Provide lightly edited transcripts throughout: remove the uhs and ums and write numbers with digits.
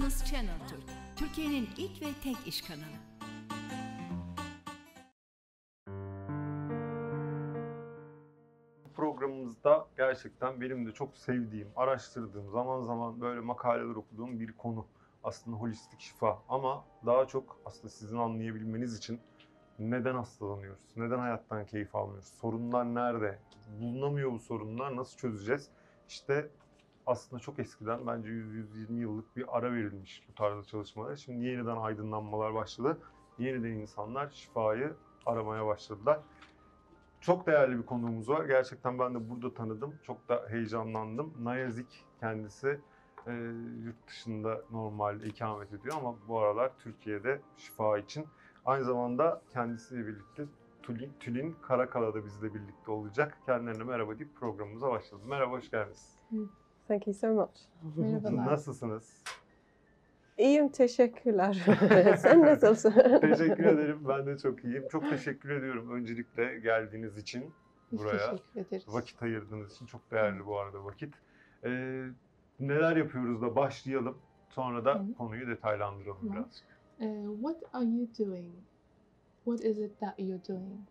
Finans Channel Türk, Türkiye'nin ilk ve tek iş kanalı. Programımızda gerçekten benim de çok sevdiğim, araştırdığım, zaman zaman böyle makaleler okuduğum bir konu. Aslında holistik şifa, ama daha çok aslında sizin anlayabilmeniz için neden hastalanıyoruz, neden hayattan keyif almıyoruz, sorunlar nerede, bulunamıyor bu sorunlar, nasıl çözeceğiz? İşte aslında çok eskiden, bence 100-120 yıllık bir ara verilmiş bu tarzda çalışmalara. Şimdi yeniden aydınlanmalar başladı. Yeniden insanlar şifayı aramaya başladılar. Çok değerli bir konuğumuz var. Gerçekten ben de burada tanıdım. Çok da heyecanlandım. Nayazik kendisi yurt dışında normalde ikamet ediyor ama bu aralar Türkiye'de şifa için. Aynı zamanda kendisiyle birlikte Tülin Karakala da bizle birlikte olacak. Kendilerine merhaba deyip programımıza başladım. Merhaba, hoş geldiniz. Thank you so much. Merhabalar. Nasılsınız? İyiyim, teşekkürler. Sen nasılsın? Teşekkür ederim. Ben de çok iyiyim. Çok teşekkür ediyorum öncelikle geldiğiniz için Biz buraya. teşekkür ederiz. Vakit ayırdığınız için çok değerli bu arada vakit. Neler yapıyoruz da başlayalım. Sonra da konuyu detaylandıralım Tamam. birazcık. What are you doing? What is it that you're doing?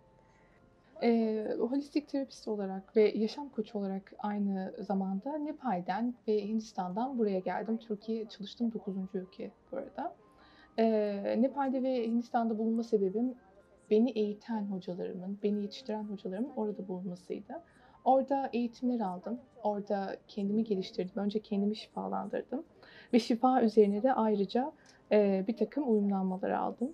Holistik terapist olarak ve yaşam koçu olarak aynı zamanda Nepal'den ve Hindistan'dan buraya geldim. Türkiye çalıştığım 9. ülke bu arada. Nepal'de ve Hindistan'da bulunma sebebim beni eğiten hocalarımın, beni yetiştiren hocalarımın orada bulunmasıydı. Orada eğitimler aldım. Orada kendimi geliştirdim. Önce kendimi şifalandırdım. Ve şifa üzerine de ayrıca bir takım uyumlanmalar aldım.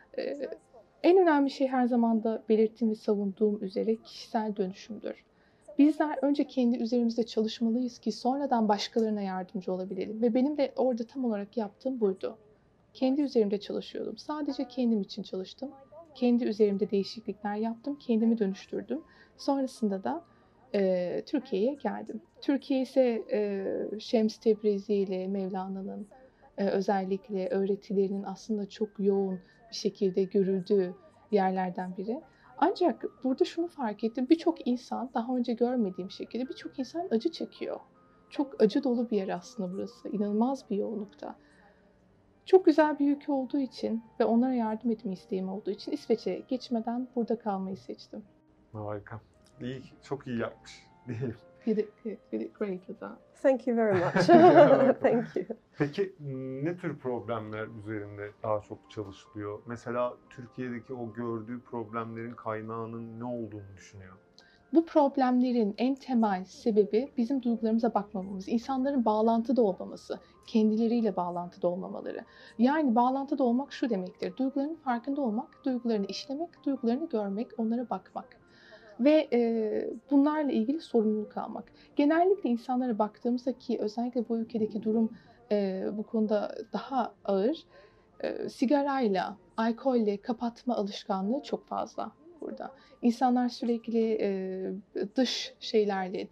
En önemli şey her zaman da belirttiğim ve savunduğum üzere kişisel dönüşümdür. Bizler önce kendi üzerimizde çalışmalıyız ki sonradan başkalarına yardımcı olabilelim. Ve benim de orada tam olarak yaptığım buydu. Kendi üzerimde çalışıyordum. Sadece kendim için çalıştım. Kendi üzerimde değişiklikler yaptım. Kendimi dönüştürdüm. Sonrasında da Türkiye'ye geldim. Türkiye ise Şems Tebrizi ile Mevlana'nın özellikle öğretilerinin aslında çok yoğun bir şekilde görüldüğü yerlerden biri. Ancak burada şunu fark ettim. Birçok insan, daha önce görmediğim şekilde birçok insan acı çekiyor. Çok acı dolu bir yer aslında burası. İnanılmaz bir yoğunlukta. Çok güzel bir ülke olduğu için ve onlara yardım etme isteğim olduğu için İsveç'e geçmeden burada kalmayı seçtim. Harika. İyi, çok iyi yapmış diyelim. You did great with that. Thank you very much. Thank you. Peki ne tür problemler üzerinde daha çok çalışılıyor? Mesela Türkiye'deki o gördüğü problemlerin kaynağının ne olduğunu düşünüyor? Bu problemlerin en temel sebebi bizim duygularımıza bakmamamız, insanların bağlantıda olmaması, kendileriyle bağlantıda olmamaları. Yani bağlantıda olmak şu demektir, duygularının farkında olmak, duygularını işlemek, duygularını görmek, onlara bakmak. Ve bunlarla ilgili sorumluluk almak. Genellikle insanlara baktığımızda, ki özellikle bu ülkedeki durum bu konuda daha ağır, sigarayla, alkolle kapatma alışkanlığı çok fazla burada. İnsanlar sürekli dış şeylerle,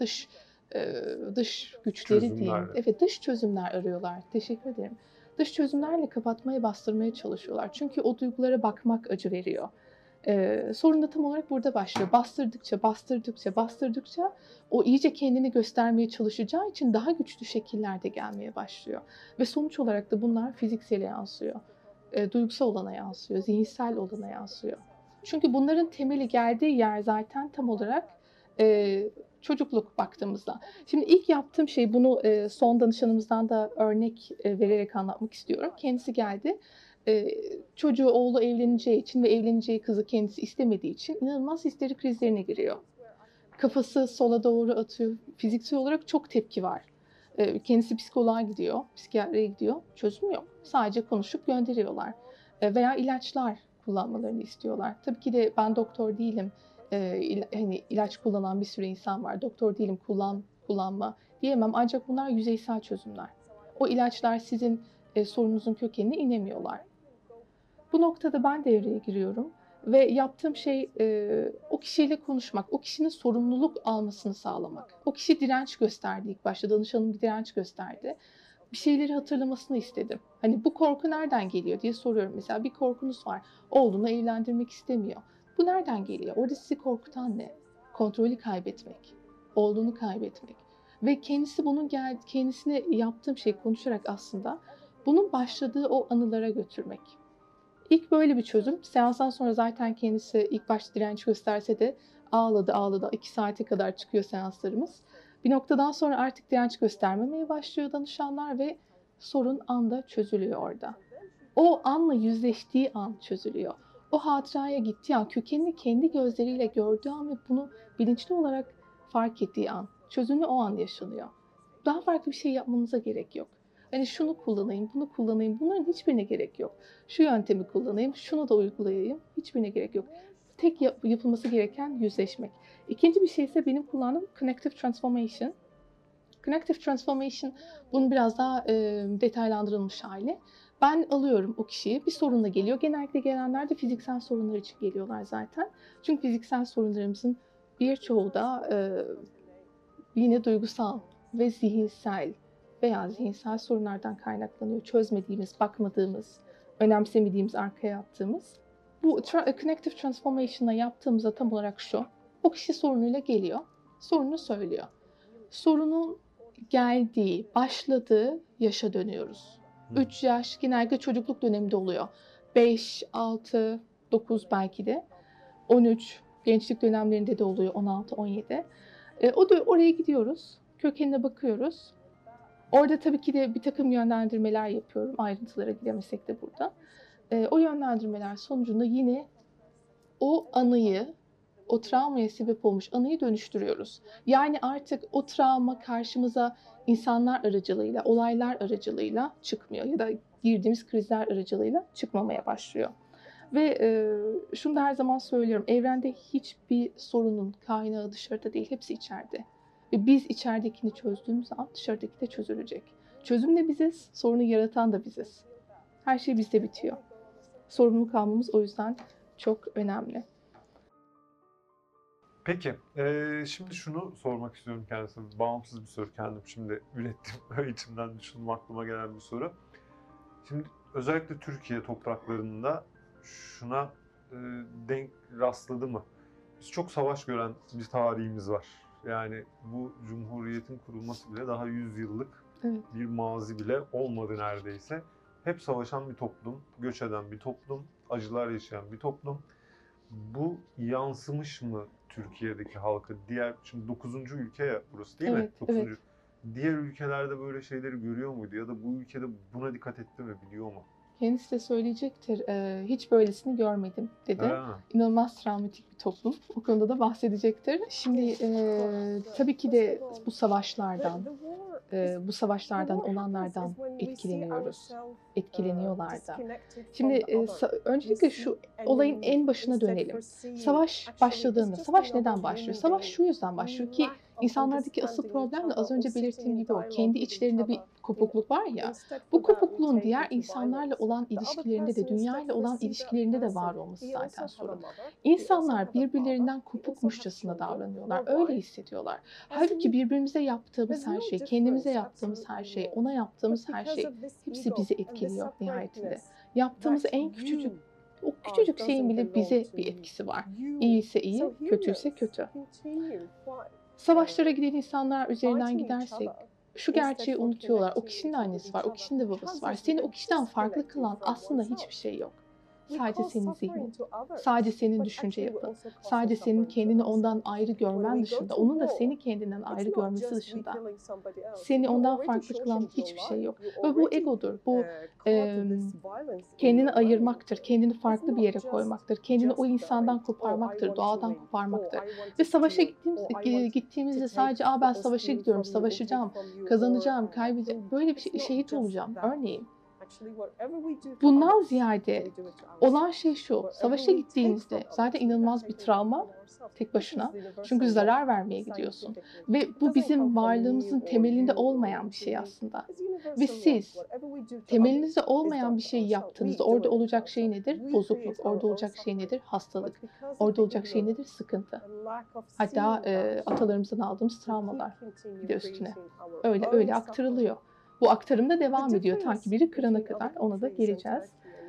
dış güçleri diyeyim. Evet, dış çözümler arıyorlar. Teşekkür ederim. Dış çözümlerle kapatmaya, bastırmaya çalışıyorlar. Çünkü o duygulara bakmak acı veriyor. Sorun da tam olarak burada başlıyor. Bastırdıkça o iyice kendini göstermeye çalışacağı için daha güçlü şekillerde gelmeye başlıyor. Ve sonuç olarak da bunlar fiziksele yansıyor. Duygusal olana yansıyor, zihinsel olana yansıyor. Çünkü bunların temeli geldiği yer zaten tam olarak çocukluk baktığımızda. Şimdi ilk yaptığım şey, bunu son danışanımızdan da örnek vererek anlatmak istiyorum. Kendisi geldi. Çocuğu, oğlu evleneceği için ve evleneceği kızı kendisi istemediği için inanılmaz histeri krizlerine giriyor. Kafası sola doğru atıyor. Fiziksel olarak çok tepki var. Kendisi psikoloğa gidiyor, psikiyatriye gidiyor. Çözüm yok. Sadece konuşup gönderiyorlar. Veya ilaçlar kullanmalarını istiyorlar. Tabii ki de ben doktor değilim. Hani ilaç kullanan bir sürü insan var. Doktor değilim, kullanma diyemem. Ancak bunlar yüzeysel çözümler. O ilaçlar sizin sorununuzun kökenine inemiyorlar. Bu noktada ben devreye giriyorum ve yaptığım şey o kişiyle konuşmak, o kişinin sorumluluk almasını sağlamak. O kişi direnç gösterdi ilk başta, danışanım bir direnç gösterdi. Bir şeyleri hatırlamasını istedim. Hani bu korku nereden geliyor diye soruyorum. Mesela bir korkunuz var, oğlunu evlendirmek istemiyor. Bu nereden geliyor? Orada sizi korkutan ne? Kontrolü kaybetmek, oğlunu kaybetmek. Ve kendisi kendisine yaptığım şey konuşarak aslında Bunun başladığı o anılara götürmek. İlk böyle bir çözüm. Seanstan sonra zaten kendisi ilk başta direnç gösterse de ağladı. 2 saate kadar çıkıyor seanslarımız. Bir noktadan sonra artık direnç göstermemeye başlıyor danışanlar ve sorun anda çözülüyor orada. O anla yüzleştiği an çözülüyor. O hatıraya gittiği an, kökenini kendi gözleriyle gördüğü an ve bunu bilinçli olarak fark ettiği an, çözümü o an yaşanıyor. Daha farklı bir şey yapmanıza gerek yok. Hani şunu kullanayım, bunu kullanayım, bunların hiçbirine gerek yok. Şu yöntemi kullanayım, şunu da uygulayayım, hiçbirine gerek yok. Tek yapılması gereken yüzleşmek. İkinci bir şey ise benim kullandığım Connective Transformation. Connective Transformation bunun biraz daha detaylandırılmış hali. Ben alıyorum o kişiyi, bir sorunla geliyor. Genellikle gelenler de fiziksel sorunlar için geliyorlar zaten. Çünkü fiziksel sorunlarımızın birçoğu da yine duygusal ve zihinsel veya zihinsel sorunlardan kaynaklanıyor. Çözmediğimiz, bakmadığımız, önemsemediğimiz, arkaya attığımız. Bu Connective Transformation'la yaptığımızda tam olarak şu. O kişi sorunuyla geliyor, sorununu söylüyor. Sorunun geldiği, başladığı yaşa dönüyoruz. 3 yaş genellikle çocukluk döneminde oluyor. 5, 6, 9 belki de. 13, gençlik dönemlerinde de oluyor. 16, 17. Oraya gidiyoruz. Kökenine bakıyoruz. Orada tabii ki de bir takım yönlendirmeler yapıyorum. Ayrıntılara giremesek de burada. O yönlendirmeler sonucunda yine o anıyı, o travmaya sebep olmuş anıyı dönüştürüyoruz. Yani artık o travma karşımıza insanlar aracılığıyla, olaylar aracılığıyla çıkmıyor ya da girdiğimiz krizler aracılığıyla çıkmamaya başlıyor. Ve şunu da her zaman söylüyorum, evrende hiçbir sorunun kaynağı dışarıda değil, hepsi içeride. Ve biz içeridekini çözdüğümüz an dışarıdaki de çözülecek. Çözüm de biziz, sorunu yaratan da biziz. Her şey bizde bitiyor. Sorumluluk almamız o yüzden çok önemli. Peki, şimdi şunu sormak istiyorum kendisine. Bağımsız bir soru, kendim şimdi ürettim. İçimden düşündüm, aklıma gelen bir soru. Şimdi özellikle Türkiye topraklarında şuna denk rastladı mı? Biz çok savaş gören bir tarihimiz var. Yani bu Cumhuriyet'in kurulması bile daha 100 yıllık bir mazi bile olmadı neredeyse. Hep savaşan bir toplum, göç eden bir toplum, acılar yaşayan bir toplum. Bu yansımış mı Türkiye'deki halka? Şimdi 9. ülke ya burası değil mi? 9. Evet. Diğer ülkelerde böyle şeyleri görüyor muydu ya da bu ülkede buna dikkat etti mi, biliyor mu? Kendisi de söyleyecektir. Hiç böylesini görmedim dedi. İnanılmaz travmatik bir toplum. O konuda da bahsedecektir. Şimdi tabii ki de bu savaşlardan olanlardan etkileniyorlar da. Şimdi öncelikle şu olayın en başına dönelim. Savaş başladığında, savaş neden başlıyor? Savaş şu yüzden başlıyor ki insanlardaki asıl problem de az önce belirttiğim gibi o. Kendi içlerinde bir kopukluk var ya, bu kopukluğun diğer insanlarla olan ilişkilerinde de, dünyayla olan ilişkilerinde de var olması zaten sorun. İnsanlar birbirlerinden kopukmuşçasına davranıyorlar, öyle hissediyorlar. Halbuki birbirimize yaptığımız her şey, kendimize yaptığımız her şey, ona yaptığımız her şey hepsi bizi etkiliyor nihayetinde. Yaptığımız en küçücük, o küçücük şeyin bile bize bir etkisi var. İyiyse iyi, kötüyse kötü. Savaşlara giden insanlar üzerinden gidersek, şu gerçeği unutuyorlar. O kişinin de annesi var, o kişinin de babası var. Seni o kişiden farklı kılan aslında hiçbir şey yok. Sadece senin zihnin, sadece senin düşünce yapın, sadece senin kendini ondan ayrı görmen dışında, onun da seni kendinden ayrı görmesi dışında, seni ondan farklı kılan hiçbir şey yok. Ve bu egodur, bu kendini ayırmaktır, kendini farklı bir yere koymaktır, kendini o insandan koparmaktır, doğadan koparmaktır. Ve savaşa gittiğimizde sadece ben savaşa gidiyorum, savaşacağım, kazanacağım, kaybedeceğim, böyle bir şehit olacağım örneğin. Bundan ziyade olan şey şu, savaşa gittiğinizde zaten inanılmaz bir travma tek başına. Çünkü zarar vermeye gidiyorsun. Ve bu bizim varlığımızın temelinde olmayan bir şey aslında. Ve siz temelinizde olmayan bir şey yaptığınızda orada olacak şey nedir? Bozukluk. Orada olacak şey nedir? Hastalık. Orada olacak şey nedir? Sıkıntı. Hatta atalarımızdan aldığımız travmalar bir de üstüne. Öyle aktarılıyor. Bu aktarım da devam ediyor ta ki biri kırana kadar, ona da geleceğiz.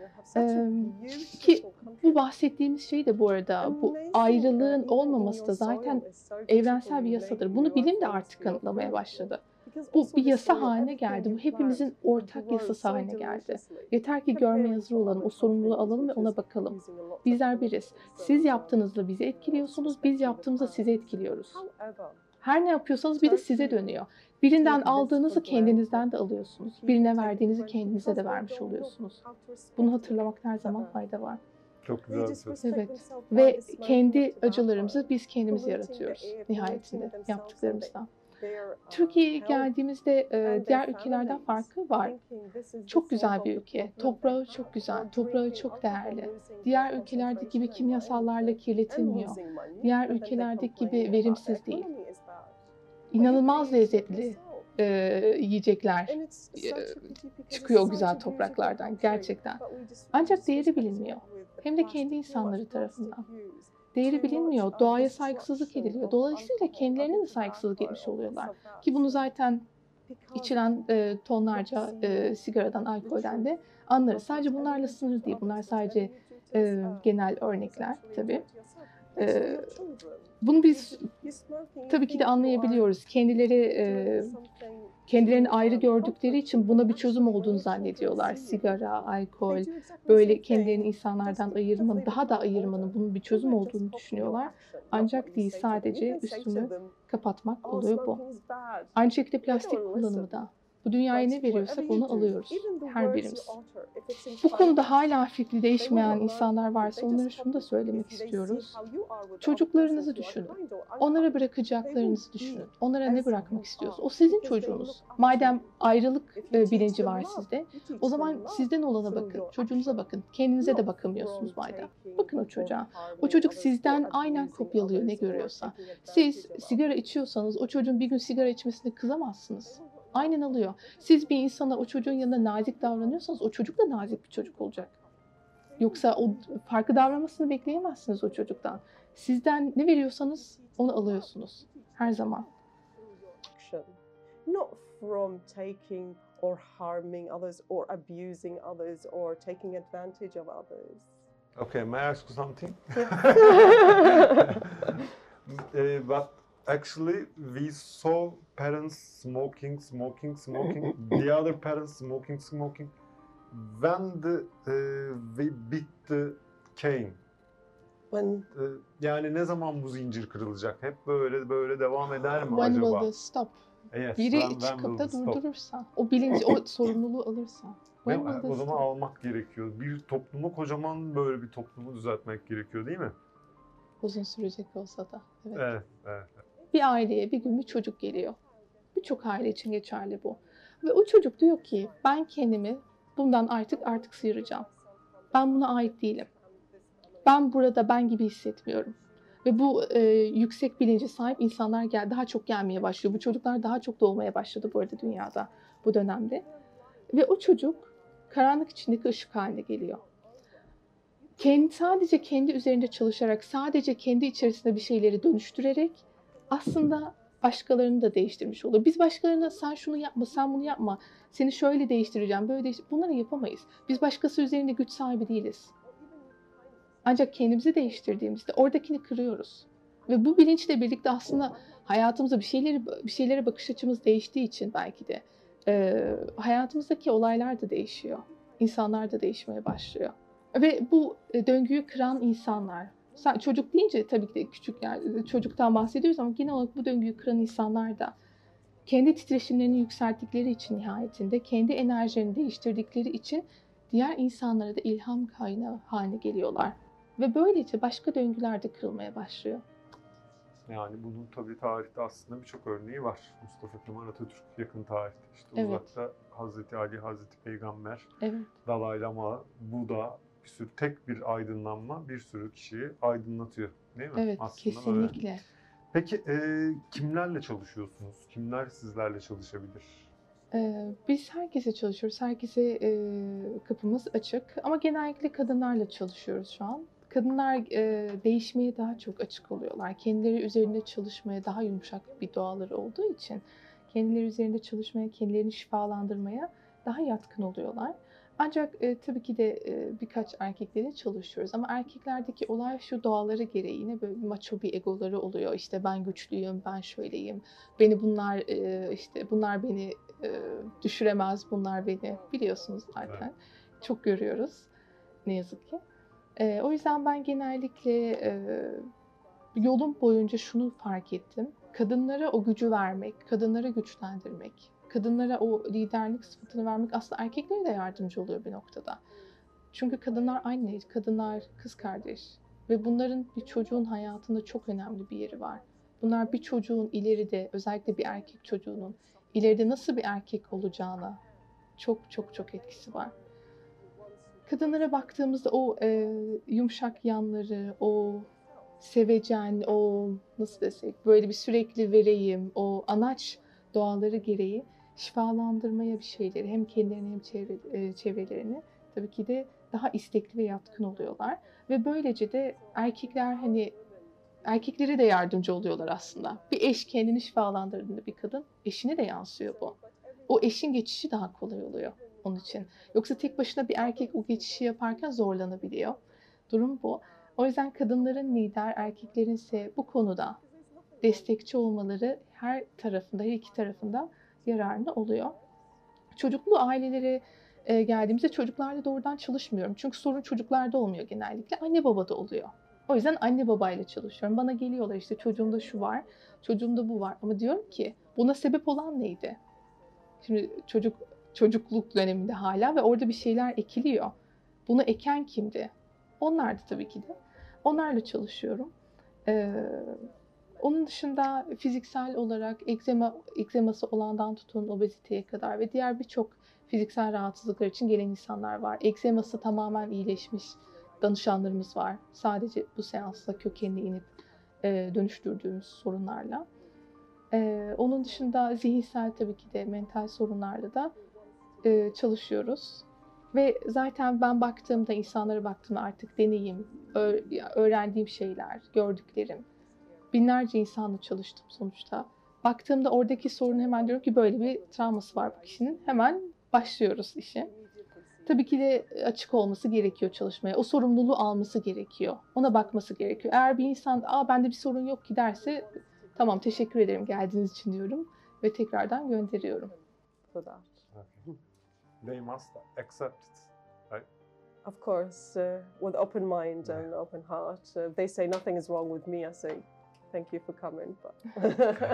Ki bu bahsettiğimiz şey de bu arada, bu ayrılığın olmaması da zaten evrensel bir yasadır. Bunu bilim de artık kanıtlamaya başladı. Bu bir yasa haline geldi. Bu hepimizin ortak yasası haline geldi. Yeter ki görmeye hazır olalım, o sorumluluğu alalım ve ona bakalım. Bizler biriz. Siz yaptığınızda bizi etkiliyorsunuz, biz yaptığımızda sizi etkiliyoruz. Her ne yapıyorsanız bir de size dönüyor. Birinden aldığınızı kendinizden de alıyorsunuz. Birine verdiğinizi kendinize de vermiş oluyorsunuz. Bunu hatırlamakta her zaman fayda var. Çok güzel bir söz. Evet. Ve kendi acılarımızı biz kendimiz yaratıyoruz nihayetinde yaptıklarımızdan. Türkiye'ye geldiğimizde diğer ülkelerden farkı var. Çok güzel bir ülke. Toprağı çok güzel. Toprağı çok değerli. Diğer ülkelerdeki gibi kimyasallarla kirletilmiyor. Diğer ülkelerdeki gibi verimsiz değil. İnanılmaz lezzetli yiyecekler çıkıyor o güzel topraklardan gerçekten. Ancak değeri bilinmiyor. Hem de kendi insanları tarafından. Değeri bilinmiyor, doğaya saygısızlık ediliyor. Dolayısıyla kendilerine de saygısızlık etmiş oluyorlar. Ki bunu zaten içilen tonlarca sigaradan, alkolden de anlarız. Sadece bunlarla sınırlı değil. Bunlar sadece genel örnekler tabii. Bunu biz tabii ki de anlayabiliyoruz. Kendilerini ayrı gördükleri için buna bir çözüm olduğunu zannediyorlar. Sigara, alkol, böyle kendilerini insanlardan ayırmanın, daha da ayırmanın bunun bir çözüm olduğunu düşünüyorlar. Ancak değil, sadece üstünü kapatmak oluyor bu. Aynı şekilde plastik kullanımı da. Bu dünyaya ne veriyorsak onu alıyoruz her birimiz. Bu konuda hala fikri değişmeyen insanlar varsa onlara şunu da söylemek istiyoruz. Çocuklarınızı düşünün. Onlara bırakacaklarınızı düşünün. Onlara ne bırakmak istiyorsunuz? O sizin çocuğunuz. Madem ayrılık bilinci var sizde, o zaman sizden olana bakın. Çocuğunuza bakın. Kendinize de bakamıyorsunuz madem. Bakın o çocuğa. O çocuk sizden aynen kopyalıyor ne görüyorsa. Siz sigara içiyorsanız o çocuğun bir gün sigara içmesine kızamazsınız. Aynen alıyor. Siz bir insana o çocuğun yanında nazik davranıyorsanız o çocuk da nazik bir çocuk olacak. Yoksa o farklı davranmasını bekleyemezsiniz o çocuktan. Sizden ne veriyorsanız onu alıyorsunuz. Her zaman. Not from taking or harming others or abusing others or taking advantage of others. Okay, may I ask you something? But actually, we saw parents smoking. The other parents smoking. When we beat the cane. Yani ne zaman bu zincir kırılacak? Hep böyle devam eder mi When acaba? will this stop? Yes, Biri when çıkıp da will it stop? durdurursa, o bilinci, o sorumluluğu alırsa. Ve When will o this zaman stop? almak gerekiyor. Bir toplumu, kocaman böyle bir toplumu düzeltmek gerekiyor değil mi? Uzun sürecek olsa da. Evet. Evet. Bir aileye bir gün bir çocuk geliyor. Birçok aile için geçerli bu. Ve o çocuk diyor ki ben kendimi bundan artık sıyıracağım. Ben buna ait değilim. Ben burada ben gibi hissetmiyorum. Ve bu yüksek bilince sahip insanlar daha çok gelmeye başlıyor. Bu çocuklar daha çok doğmaya başladı bu arada dünyada bu dönemde. Ve o çocuk karanlık içindeki ışık haline geliyor. Sadece kendi üzerinde çalışarak, sadece kendi içerisinde bir şeyleri dönüştürerek aslında başkalarını da değiştirmiş oluyor. Biz başkalarına sen şunu yapma, sen bunu yapma, seni şöyle değiştireceğim, böyle değiştireceğim. Bunları yapamayız. Biz başkası üzerinde güç sahibi değiliz. Ancak kendimizi değiştirdiğimizde oradakini kırıyoruz. Ve bu bilinçle birlikte aslında hayatımızda bir şeylere bakış açımız değiştiği için belki de hayatımızdaki olaylar da değişiyor. İnsanlar da değişmeye başlıyor. Ve bu döngüyü kıran insanlar, çocuk deyince tabii ki de küçük yani çocuktan bahsediyoruz ama genel olarak bu döngüyü kıran insanlar da kendi titreşimlerini yükselttikleri için nihayetinde, kendi enerjilerini değiştirdikleri için diğer insanlara da ilham kaynağı haline geliyorlar. Ve böylece başka döngüler de kırılmaya başlıyor. Yani bunun tabii tarihte aslında birçok örneği var. Mustafa Kemal Atatürk yakın tarihte. İşte Evet. Uzakta Hazreti Ali, Hazreti Peygamber, Evet. Dalai Lama, Buda, tek bir aydınlanma bir sürü kişiyi aydınlatıyor. Değil mi? Evet, aslında kesinlikle. Böyle. Peki kimlerle çalışıyorsunuz? Kimler sizlerle çalışabilir? Biz herkese çalışıyoruz. Herkese kapımız açık. Ama genellikle kadınlarla çalışıyoruz şu an. Kadınlar değişmeye daha çok açık oluyorlar. Kendileri üzerinde çalışmaya daha yumuşak bir doğaları olduğu için kendileri üzerinde çalışmaya, kendilerini şifalandırmaya daha yatkın oluyorlar. Ancak tabii ki de birkaç erkekle de çalışıyoruz. Ama erkeklerdeki olay şu, doğaları gereği yine böyle bir maço bir egoları oluyor. İşte ben güçlüyüm, ben şöyleyim, beni bunlar işte bunlar beni düşüremez, bunlar beni biliyorsunuz zaten. Çok görüyoruz ne yazık ki. O yüzden ben genellikle yolum boyunca şunu fark ettim. Kadınlara o gücü vermek, kadınları güçlendirmek, kadınlara o liderlik sıfatını vermek aslında erkeklere de yardımcı oluyor bir noktada. Çünkü kadınlar anne, kadınlar kız kardeş ve bunların bir çocuğun hayatında çok önemli bir yeri var. Bunlar bir çocuğun ileride, özellikle bir erkek çocuğunun ileride nasıl bir erkek olacağına çok çok çok etkisi var. Kadınlara baktığımızda o yumuşak yanları, o sevecen, o nasıl desek böyle bir sürekli vereyim, o anaç doğaları gereği şifalandırmaya bir şeyleri hem kendilerini hem çevrelerini tabii ki de daha istekli ve yatkın oluyorlar. Ve böylece de erkekler hani erkeklere de yardımcı oluyorlar aslında. Bir eş kendini şifalandırdığında bir kadın eşine de yansıyor bu. O eşin geçişi daha kolay oluyor onun için. Yoksa tek başına bir erkek o geçişi yaparken zorlanabiliyor. Durum bu. O yüzden kadınların lider, erkeklerin ise bu konuda destekçi olmaları her tarafında, her iki tarafında yararlı oluyor. Çocuklu ailelere geldiğimizde çocuklarla doğrudan çalışmıyorum. Çünkü sorun çocuklarda olmuyor genellikle. Anne babada oluyor. O yüzden anne babayla çalışıyorum. Bana geliyorlar işte çocuğumda şu var, çocuğumda bu var. Ama diyorum ki buna sebep olan neydi? Şimdi çocukluk döneminde hala ve orada bir şeyler ekiliyor. Bunu eken kimdi? Onlardı tabii ki de. Onlarla çalışıyorum. Onun dışında fiziksel olarak egzeması olandan tutun obeziteye kadar ve diğer birçok fiziksel rahatsızlıklar için gelen insanlar var. Egzeması tamamen iyileşmiş danışanlarımız var. Sadece bu seansla kökenine inip dönüştürdüğümüz sorunlarla. Onun dışında zihinsel tabii ki de mental sorunlarla da çalışıyoruz. Ve zaten ben baktığımda, insanlara baktığımda artık deneyim, öğrendiğim şeyler, gördüklerim, binlerce insanla çalıştım sonuçta. Baktığımda oradaki sorunu hemen diyorum ki böyle bir travması var bu kişinin. Hemen başlıyoruz işe. Tabii ki de açık olması gerekiyor çalışmaya. O sorumluluğu alması gerekiyor. Ona bakması gerekiyor. Eğer bir insan bende bir sorun yok ki derse tamam teşekkür ederim geldiğiniz için diyorum ve tekrardan gönderiyorum. For that. Okay. They must accept it, right? Of course, with open mind and open heart. They say nothing is wrong with me. I say thank you for coming. But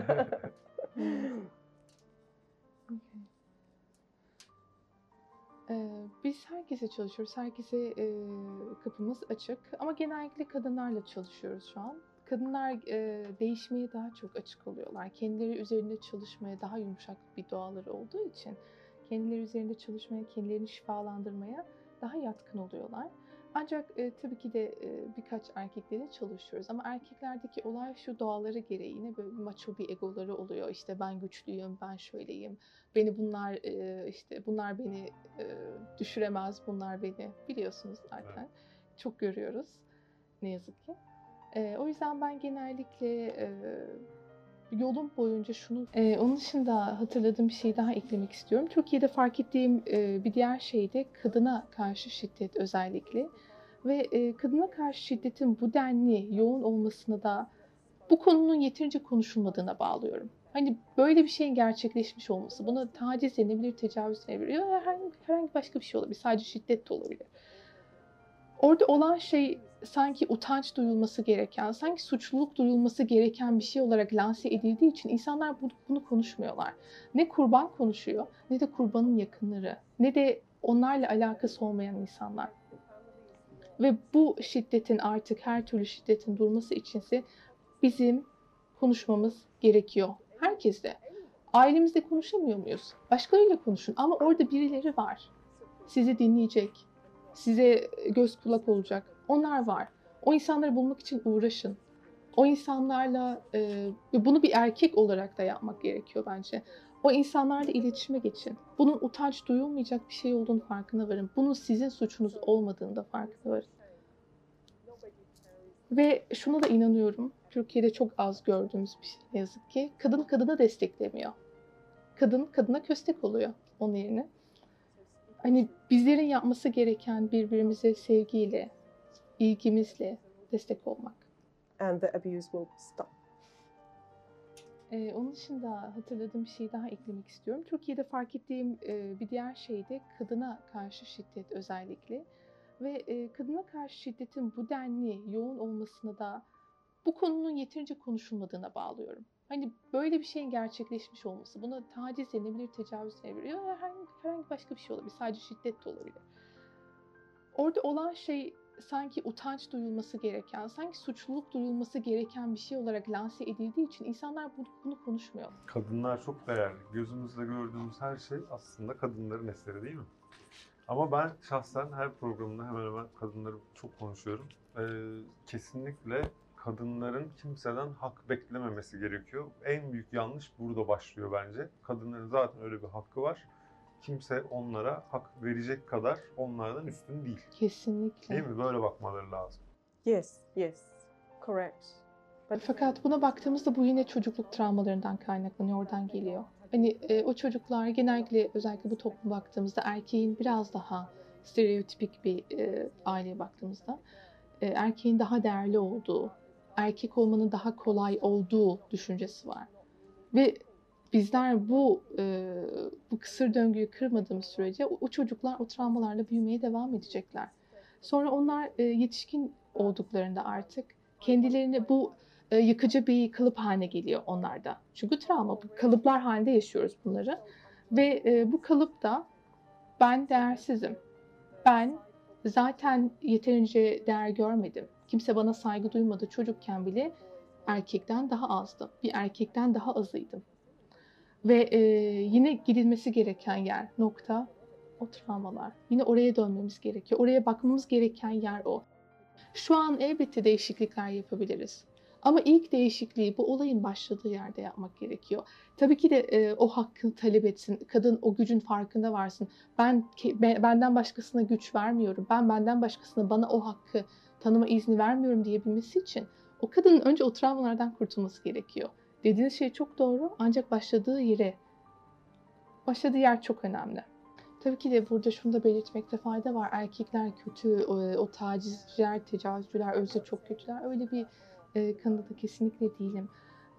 Biz herkese çalışıyoruz. Herkese kapımız açık. Ama genellikle kadınlarla çalışıyoruz şu an. Kadınlar değişmeye daha çok açık oluyorlar. Kendileri üzerinde çalışmaya daha yumuşak bir doğaları olduğu için kendileri üzerinde çalışmaya, kendilerini şifalandırmaya daha yatkın oluyorlar. Ancak tabii ki de birkaç erkekle de çalışıyoruz. Ama erkeklerdeki olay şu, doğaları gereği yine böyle bir maço bir egoları oluyor. İşte ben güçlüyüm, ben şöyleyim, beni bunlar işte bunlar beni düşüremez, bunlar beni biliyorsunuz zaten. Çok görüyoruz ne yazık ki. O yüzden ben genellikle yolum boyunca şunu... onun dışında hatırladığım bir şey daha eklemek istiyorum. Türkiye'de fark ettiğim bir diğer şey de kadına karşı şiddet özellikle. Ve kadına karşı şiddetin bu denli yoğun olmasını da bu konunun yeterince konuşulmadığına bağlıyorum. Hani böyle bir şeyin gerçekleşmiş olması, buna taciz denebilir, tecavüz denebilir ya herhangi başka bir şey olabilir. Sadece şiddet de olabilir. Orada olan şey sanki utanç duyulması gereken, sanki suçluluk duyulması gereken bir şey olarak lanse edildiği için insanlar bunu konuşmuyorlar. Ne kurban konuşuyor, ne de kurbanın yakınları, ne de onlarla alakası olmayan insanlar. Ve bu şiddetin artık her türlü şiddetin durması içinse bizim konuşmamız gerekiyor. Herkesle. Ailemizde konuşamıyor muyuz? Başkalarıyla konuşun ama orada birileri var. Sizi dinleyecek, size göz kulak olacak. Onlar var. O insanları bulmak için uğraşın. O insanlarla, bunu bir erkek olarak da yapmak gerekiyor bence. O insanlarla iletişime geçin. Bunun utanç duyulmayacak bir şey olduğunu farkına varın. Bunun sizin suçunuz olmadığını da farkına varın. Ve şuna da inanıyorum. Türkiye'de çok az gördüğümüz bir şey ne yazık ki. Kadın kadına desteklemiyor. Kadın kadına köstek oluyor onun yerine. Hani bizlerin yapması gereken birbirimize sevgiyle, ilgimizle destek olmak. and the abuse will stop. Onun dışında hatırladığım bir şey daha eklemek istiyorum. Türkiye'de fark ettiğim bir diğer şey de kadına karşı şiddet özellikle. Ve kadına karşı şiddetin bu denli yoğun olmasına da bu konunun yeterince konuşulmadığına bağlıyorum. Hani böyle bir şeyin gerçekleşmiş olması, buna taciz denilebilir, tecavüz denilebilir ya herhangi başka bir şey olabilir, sadece şiddet de olabilir. Orada olan şey sanki utanç duyulması gereken, sanki suçluluk duyulması gereken bir şey olarak lanse edildiği için insanlar bunu konuşmuyor. Kadınlar çok değerli. Gözümüzle gördüğümüz her şey aslında kadınların eseri değil mi? Ama ben şahsen her programda hemen hemen kadınları çok konuşuyorum. Kesinlikle kadınların kimseden hak beklememesi gerekiyor. En büyük yanlış burada başlıyor bence. Kadınların zaten öyle bir hakkı var. Kimse onlara hak verecek kadar onlardan üstün değil. Kesinlikle. Değil mi? Böyle bakmaları lazım. Yes, correct. Fakat buna baktığımızda bu yine çocukluk travmalarından kaynaklanıyor, oradan geliyor. Hani o çocuklar genellikle özellikle bu topluma baktığımızda erkeğin biraz daha stereotipik bir aileye baktığımızda erkeğin daha değerli olduğu, erkek olmanın daha kolay olduğu düşüncesi var. Ve bizler bu kısır döngüyü kırmadığımız sürece o çocuklar o travmalarla büyümeye devam edecekler. Sonra onlar yetişkin olduklarında artık kendilerini bu yıkıcı bir kalıp haline geliyor onlarda. Çünkü travma, kalıplar halinde yaşıyoruz bunları. Ve bu kalıpta ben değersizim. Ben zaten yeterince değer görmedim. Kimse bana saygı duymadı. Çocukken bile erkekten daha azdım. Bir erkekten daha azıydım. Ve yine gidilmesi gereken yer, nokta o travmalar. Yine oraya dönmemiz gerekiyor. Oraya bakmamız gereken yer o. Şu an elbette değişiklikler yapabiliriz. Ama ilk değişikliği bu olayın başladığı yerde yapmak gerekiyor. Tabii ki de o hakkı talep etsin. Kadın o gücün farkında varsın. Benden başkasına güç vermiyorum. Ben benden başkasına bana o hakkı tanıma izni vermiyorum diyebilmesi için o kadının önce o travmalardan kurtulması gerekiyor. Dediğiniz şey çok doğru ancak başladığı yer çok önemli. Tabii ki de burada şunu da belirtmekte fayda var. Erkekler kötü, o tacizciler, tecavüzcüler, özde çok kötüler. Öyle bir kanıda kesinlikle değilim.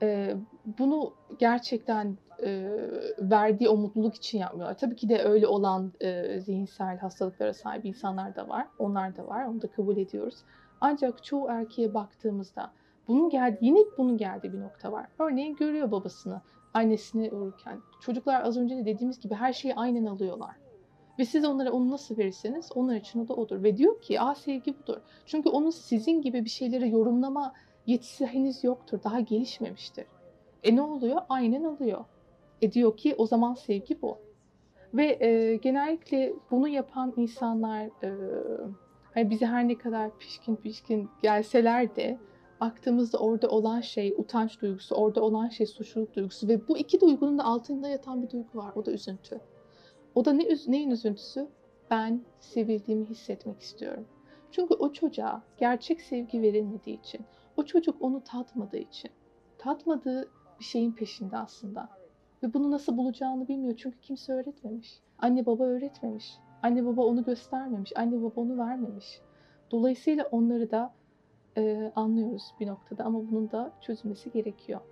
Bunu gerçekten verdiği o mutluluk için yapmıyorlar. Tabii ki de öyle olan zihinsel hastalıklara sahip insanlar da var. Onlar da var. Onu da kabul ediyoruz. Ancak çoğu erkeğe baktığımızda bunun geldiği bir nokta var. Örneğin görüyor babasını, annesini vururken. Çocuklar az önce de dediğimiz gibi her şeyi aynen alıyorlar. Ve siz onlara onu nasıl verirseniz onlar için o da odur. Ve diyor ki sevgi budur. Çünkü onun sizin gibi bir şeyleri yorumlama yetisi henüz yoktur. Daha gelişmemiştir. Ne oluyor? Aynen alıyor. Diyor ki o zaman sevgi bu. Ve genellikle bunu yapan insanlar hani bize her ne kadar pişkin gelseler de baktığımızda orada olan şey utanç duygusu, orada olan şey suçluluk duygusu ve bu iki duygunun da altında yatan bir duygu var. O da üzüntü. O da neyin üzüntüsü? Ben sevildiğimi hissetmek istiyorum. Çünkü o çocuğa gerçek sevgi verilmediği için, o çocuk onu tatmadığı için, tatmadığı bir şeyin peşinde aslında. Ve bunu nasıl bulacağını bilmiyor çünkü kimse öğretmemiş. Anne baba öğretmemiş. Anne baba onu göstermemiş. Anne baba onu vermemiş. Dolayısıyla onları da anlıyoruz bir noktada ama bunun da çözülmesi gerekiyor.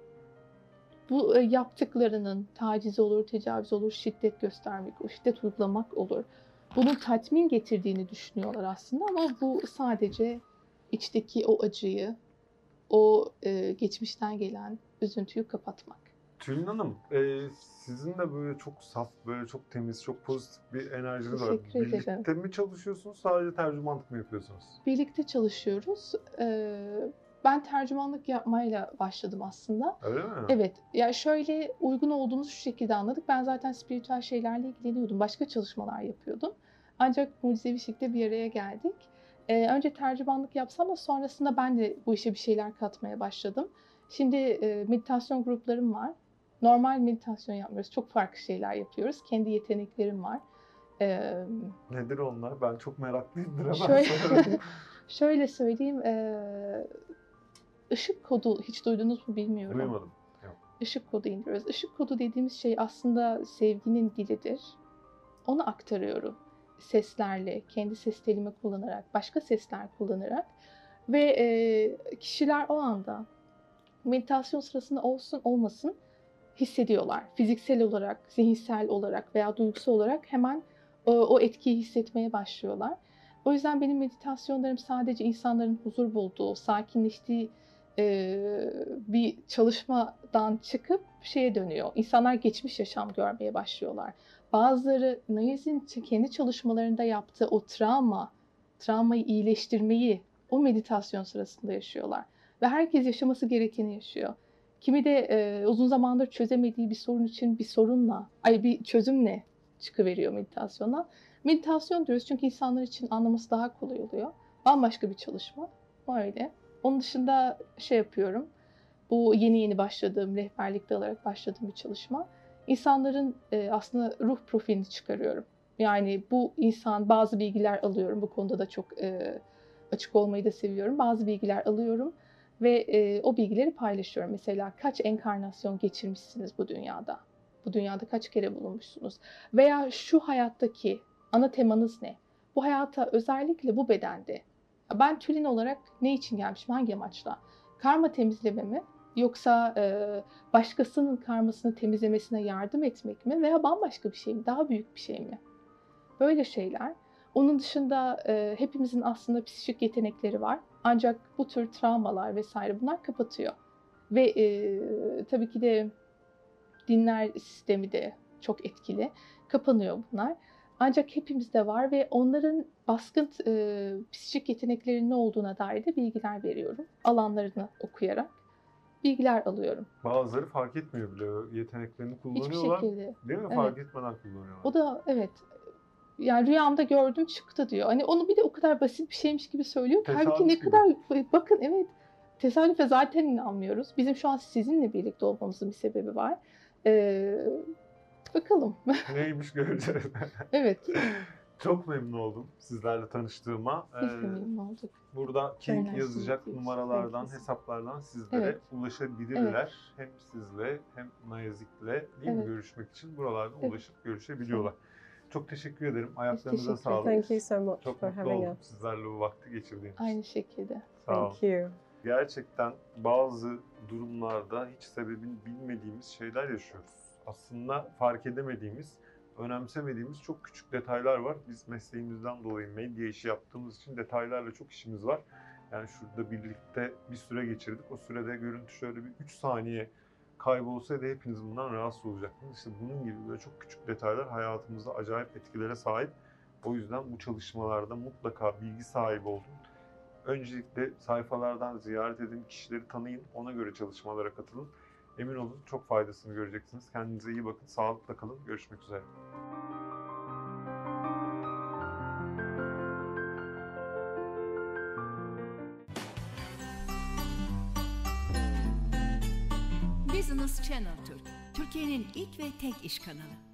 Bu yaptıklarının taciz olur, tecavüz olur, şiddet göstermek, o şiddet uygulamak olur. Bunun tatmin getirdiğini düşünüyorlar aslında ama bu sadece içteki o acıyı, o geçmişten gelen üzüntüyü kapatmak. Tülin Hanım, sizin de böyle çok saf, böyle çok temiz, çok pozitif bir enerjiniz var. Teşekkür ederim. Birlikte mi çalışıyorsunuz, sadece tercümanlık mı yapıyorsunuz? Birlikte çalışıyoruz. Ben tercümanlık yapmayla başladım aslında. Öyle mi? Evet, ya şöyle uygun olduğumuzu şu şekilde anladık. Ben zaten spiritüel şeylerle ilgileniyordum. Başka çalışmalar yapıyordum. Ancak mucizevi şekilde bir araya geldik. Önce tercümanlık yapsam ama sonrasında ben de bu işe bir şeyler katmaya başladım. Şimdi meditasyon gruplarım var. Normal meditasyon yapmıyoruz. Çok farklı şeyler yapıyoruz. Kendi yeteneklerim var. Nedir onlar? Ben çok meraklıyımdır hemen Şöyle, sorarım. şöyle söyleyeyim. Işık kodu hiç duydunuz mu bilmiyorum. Duymadım. Işık kodu indiriyoruz. Işık kodu dediğimiz şey aslında sevginin dilidir. Onu aktarıyorum. seslerle, kendi ses telimi kullanarak, başka sesler kullanarak ve kişiler o anda meditasyon sırasında olsun olmasın hissediyorlar. Fiziksel olarak, zihinsel olarak veya duygusal olarak hemen o etkiyi hissetmeye başlıyorlar. O yüzden benim meditasyonlarım sadece insanların huzur bulduğu, sakinleştiği bir çalışmadan çıkıp şeye dönüyor. İnsanlar geçmiş yaşam görmeye başlıyorlar. Bazıları Nayez'in kendi çalışmalarında yaptığı o travmayı iyileştirmeyi o meditasyon sırasında yaşıyorlar. Ve herkes yaşaması gerekeni yaşıyor. Kimi de uzun zamandır çözemediği bir sorun için bir çözümle çıkıveriyor meditasyona. Meditasyon diyoruz çünkü insanlar için anlaması daha kolay oluyor. Bambaşka bir çalışma. Öyle. Onun dışında şey yapıyorum. Bu yeni başladığım, rehberlikte alarak başladığım bir çalışma. İnsanların aslında ruh profilini çıkarıyorum. Yani bu insan bazı bilgiler alıyorum. Bu konuda da çok açık olmayı da seviyorum. Bazı bilgiler alıyorum ve o bilgileri paylaşıyorum. Mesela kaç enkarnasyon geçirmişsiniz bu dünyada? Bu dünyada kaç kere bulunmuşsunuz? Veya şu hayattaki ana temanız ne? Bu hayata özellikle bu bedende. Ben Tülin olarak ne için gelmişim? Hangi amaçla? Karma temizleme mi? Yoksa başkasının karmasını temizlemesine yardım etmek mi? Veya bambaşka bir şey mi? Daha büyük bir şey mi? Böyle şeyler. Onun dışında hepimizin aslında psikik yetenekleri var. Ancak bu tür travmalar vesaire bunlar kapatıyor. Ve tabii ki de dinler sistemi de çok etkili. Kapanıyor bunlar. Ancak hepimizde var ve onların baskın psikik yeteneklerinin ne olduğuna dair de bilgiler veriyorum. Alanlarını okuyarak bilgiler alıyorum. Bazıları fark etmiyor bile, yeteneklerini kullanıyorlar. Hiçbir şekilde. Değil mi? Evet. Fark etmeden kullanıyorlar. O da evet. Yani rüyamda gördüm çıktı diyor. Hani onu bir de o kadar basit bir şeymiş gibi söylüyor. Halbuki ne gibi. kadar bakın evet. Tesadüfe zaten inanmıyoruz. Bizim şu an sizinle birlikte olmamızın bir sebebi var. Bakalım. Neymiş göreceğiz. Evet. Çok memnun oldum sizlerle tanıştığıma. Biz de memnun olduk. Burada King Öyle yazacak aslında. numaralardan, Evet. hesaplardan sizlere Evet. ulaşabilirler. Hem sizle hem Nayezik'le değil mi Evet. görüşmek için buralardan Evet. ulaşıp görüşebiliyorlar. Çok teşekkür ederim. Ayaklarınıza teşekkür sağlık. Thank you so much Çok for mutlu having oldum us. sizlerle bu vakti geçirdiğim için. Aynı şekilde. Sağ olun. Thank you. Gerçekten bazı durumlarda hiç sebebini bilmediğimiz şeyler yaşıyoruz. Aslında fark edemediğimiz, önemsemediğimiz çok küçük detaylar var. Biz mesleğimizden dolayı medya işi yaptığımız için detaylarla çok işimiz var. Yani şurada birlikte bir süre geçirdik. O sürede görüntü şöyle bir 3 saniye kaybolsaydı hepiniz bundan rahatsız olacaktınız. İşte bunun gibi böyle çok küçük detaylar hayatımızda acayip etkilere sahip. O yüzden bu çalışmalarda mutlaka bilgi sahibi olun. Öncelikle sayfalardan ziyaret edin, kişileri tanıyın, ona göre çalışmalara katılın. Emin olun çok faydasını göreceksiniz. Kendinize iyi bakın, sağlıkla kalın. Görüşmek üzere. Business Channel Türk, Türkiye'nin ilk ve tek iş kanalı.